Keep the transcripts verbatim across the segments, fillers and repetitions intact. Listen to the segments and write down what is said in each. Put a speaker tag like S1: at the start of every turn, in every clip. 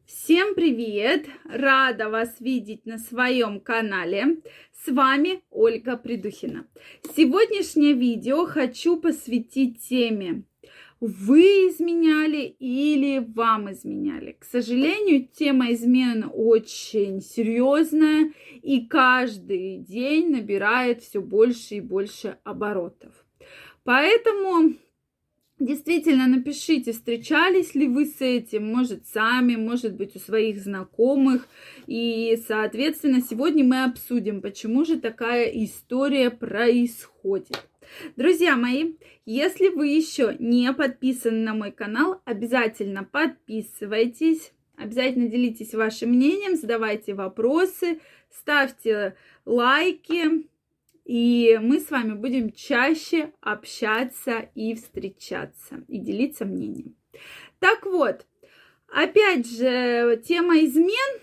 S1: Всем привет! Рада вас видеть на своем канале. С вами Ольга Придухина. Сегодняшнее видео хочу посвятить теме: вы изменяли или вам изменяли? К сожалению, тема измен очень серьезная и каждый день набирает все больше и больше оборотов. Поэтому действительно, напишите, встречались ли вы с этим, может, сами, может быть, у своих знакомых. И, соответственно, сегодня мы обсудим, почему же такая история происходит. Друзья мои, если вы еще не подписаны на мой канал, обязательно подписывайтесь, обязательно делитесь вашим мнением, задавайте вопросы, ставьте лайки. И мы с вами будем чаще общаться и встречаться, и делиться мнением. Так вот, опять же, тема измен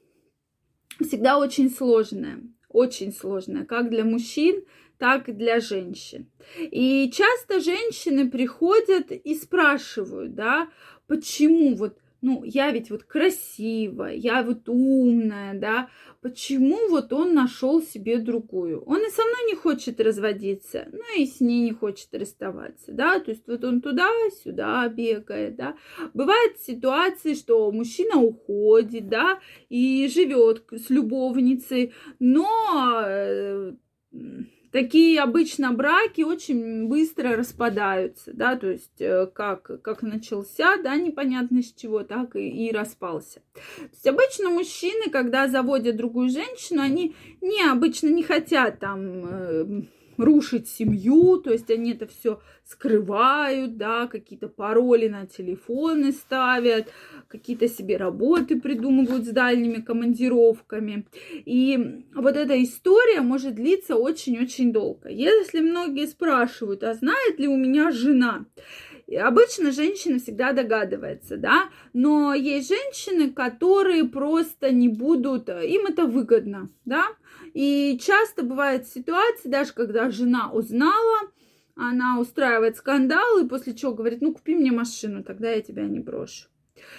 S1: всегда очень сложная, очень сложная, как для мужчин, так и для женщин. И часто женщины приходят и спрашивают, да, почему вот, ну, я ведь вот красивая, я вот умная, да, почему вот он нашел себе другую? Он и со мной не хочет разводиться, ну и с ней не хочет расставаться, да, то есть вот он туда-сюда бегает, да. Бывают ситуации, что мужчина уходит, да, и живет с любовницей, но такие обычно браки очень быстро распадаются, да, то есть как, как начался, да, непонятно с чего, так и, и распался. То есть обычно мужчины, когда заводят другую женщину, они не, обычно не хотят там э, рушить семью, то есть они это все скрывают, да, какие-то пароли на телефоны ставят, какие-то себе работы придумывают с дальними командировками. И вот эта история может длиться очень-очень долго. Если многие спрашивают, а знает ли у меня жена? Обычно женщина всегда догадывается, да, но есть женщины, которые просто не будут, им это выгодно, да, и часто бывает ситуация, даже когда жена узнала, она устраивает скандал и после чего говорит, ну, купи мне машину, тогда я тебя не брошу.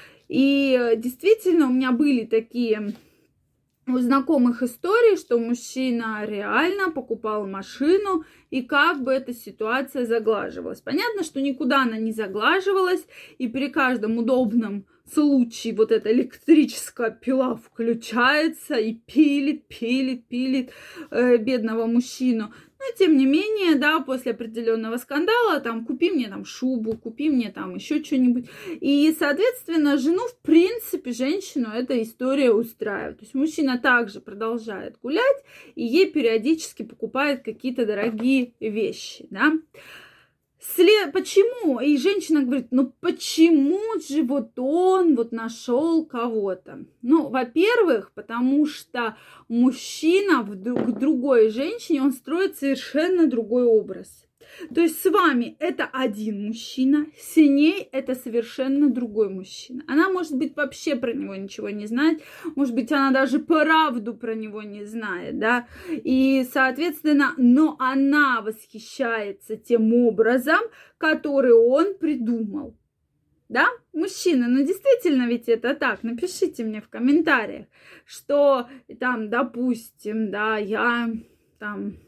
S1: И действительно у меня были такие у знакомых истории, что мужчина реально покупал машину, и как бы эта ситуация заглаживалась. Понятно, что никуда она не заглаживалась, и при каждом удобном случае вот эта электрическая пила включается и пилит, пилит, пилит э, бедного мужчину. Но, тем не менее, да, после определенного скандала, там, купи мне там шубу, купи мне там еще что-нибудь. И, соответственно, жену, в принципе, женщину эта история устраивает. То есть мужчина также продолжает гулять, и ей периодически покупает какие-то дорогие вещи, да. След... Почему? И женщина говорит, ну почему же вот он вот нашел кого-то? Ну, во-первых, потому что мужчина в... к другой женщине, он строит совершенно другой образ. То есть с вами это один мужчина, с ней это совершенно другой мужчина. Она, может быть, вообще про него ничего не знает, может быть, она даже правду про него не знает, да, и, соответственно, но она восхищается тем образом, который он придумал. Да, мужчина, ну действительно ведь это так, напишите мне в комментариях, что там, допустим, да, я там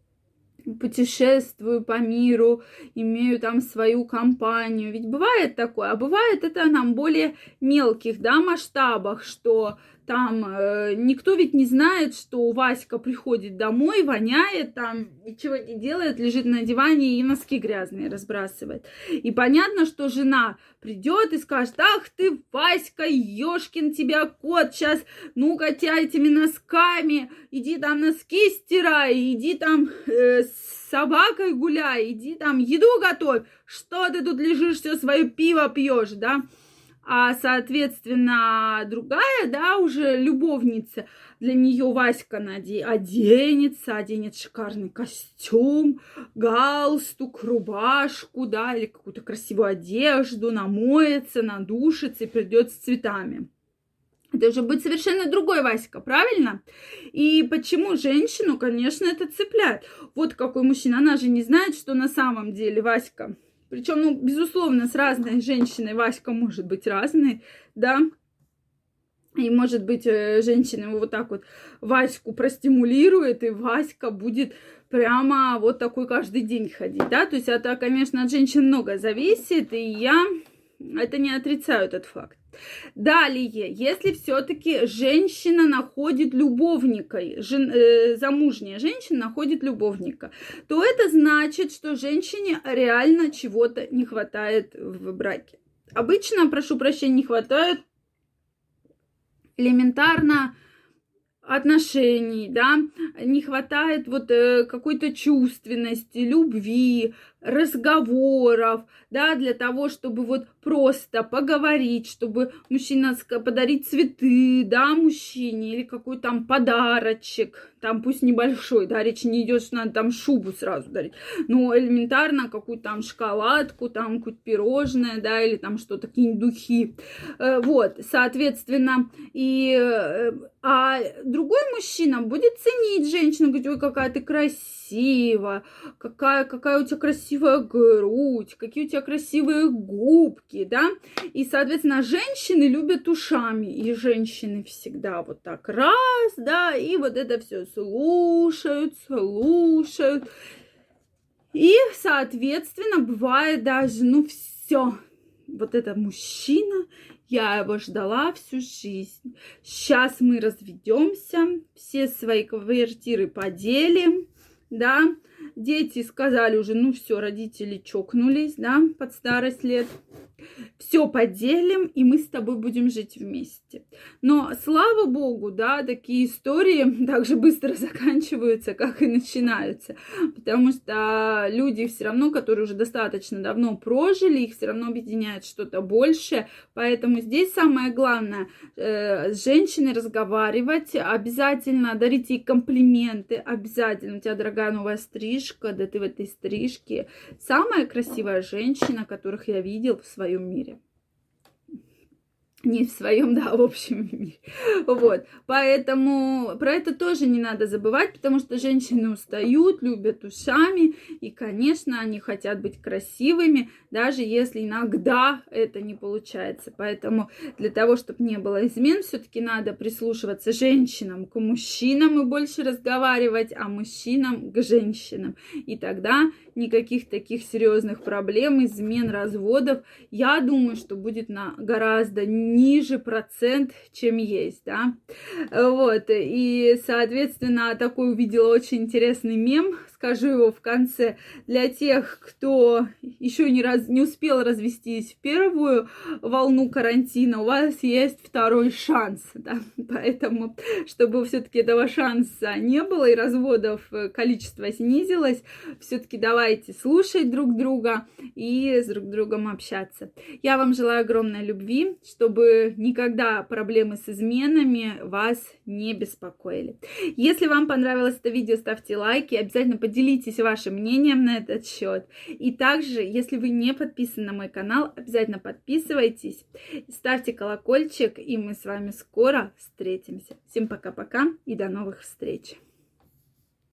S1: путешествую по миру, имею там свою компанию. Ведь бывает такое, а бывает это нам более мелких, да, масштабах, что там э, никто ведь не знает, что Васька приходит домой, воняет, там ничего не делает, лежит на диване и носки грязные разбрасывает. И понятно, что жена придет и скажет, ах ты, Васька, ёшкин тебя кот, сейчас, ну-ка, тебя этими носками, иди там носки стирай, иди там э, с собакой гуляй, иди там еду готовь, что ты тут лежишь, все свое пиво пьешь, да? А, соответственно, другая, да, уже любовница, для нее Васька наде... оденется, оденет шикарный костюм, галстук, рубашку, да, или какую-то красивую одежду, намоется, надушится и придет с цветами. Это уже будет совершенно другой Васька, правильно? И почему женщину, конечно, это цепляет. Вот какой мужчина, она же не знает, что на самом деле Васька. Причем, ну, безусловно, с разной женщиной Васька может быть разной, да. И, может быть, женщина вот так вот Ваську простимулирует, и Васька будет прямо вот такой каждый день ходить, да. То есть это, конечно, от женщин много зависит, и я это не отрицаю, этот факт. Далее, если все-таки женщина находит любовника, жен, э, замужняя женщина находит любовника, то это значит, что женщине реально чего-то не хватает в браке. Обычно, прошу прощения, не хватает элементарно отношений, да, не хватает вот э, какой-то чувственности, любви, разговоров, да, для того, чтобы вот просто поговорить, чтобы мужчина подарить цветы, да, мужчине, или какой-то там подарочек, там пусть небольшой, да, речь не идет, что надо там шубу сразу дарить, но элементарно какую-то там шоколадку, там какое-то пирожное, да, или там что-то, какие-нибудь духи, вот, соответственно, и, а другой мужчина будет ценить женщину, говорить, ой, какая ты красивая, какая, какая у тебя красивая грудь, какие у тебя красивые губки, да, и, соответственно, женщины любят ушами, и женщины всегда вот так раз, да, и вот это все слушают, слушают, и, соответственно, бывает даже, ну, все, вот это мужчина, я его ждала всю жизнь, сейчас мы разведемся, все свои квартиры поделим, да, дети сказали уже, ну все, родители чокнулись, да, под старость лет. Все поделим, и мы с тобой будем жить вместе. Но, слава богу, да, такие истории так же быстро заканчиваются, как и начинаются. Потому что люди все равно, которые уже достаточно давно прожили, их все равно объединяет что-то большее. Поэтому здесь самое главное, э, с женщиной разговаривать, обязательно дарить ей комплименты, обязательно. У тебя дорогая новая стрижка, да ты в этой стрижке самая красивая женщина, которых я видел в своем мире. Не в своем, да, в общем мире. Вот. Поэтому про это тоже не надо забывать, потому что женщины устают, любят ушами, и, конечно, они хотят быть красивыми, даже если иногда это не получается. Поэтому для того, чтобы не было измен, все-таки надо прислушиваться женщинам к мужчинам и больше разговаривать, а мужчинам к женщинам. И тогда никаких таких серьезных проблем, измен, разводов, я думаю, что будет на гораздо ниже процент, чем есть, да, вот, и, соответственно, такой увидела очень интересный мем, скажу его в конце, для тех, кто еще не, раз, не успел развестись в первую волну карантина, у вас есть второй шанс, да, поэтому, чтобы все-таки этого шанса не было и разводов количество снизилось, все-таки давайте слушать друг друга и с друг другом общаться. Я вам желаю огромной любви, чтобы никогда проблемы с изменами вас не беспокоили. Если вам понравилось это видео, ставьте лайки, обязательно поделитесь вашим мнением на этот счет. И также, если вы не подписаны на мой канал, обязательно подписывайтесь, ставьте колокольчик, и мы с вами скоро встретимся. Всем пока-пока и до новых встреч!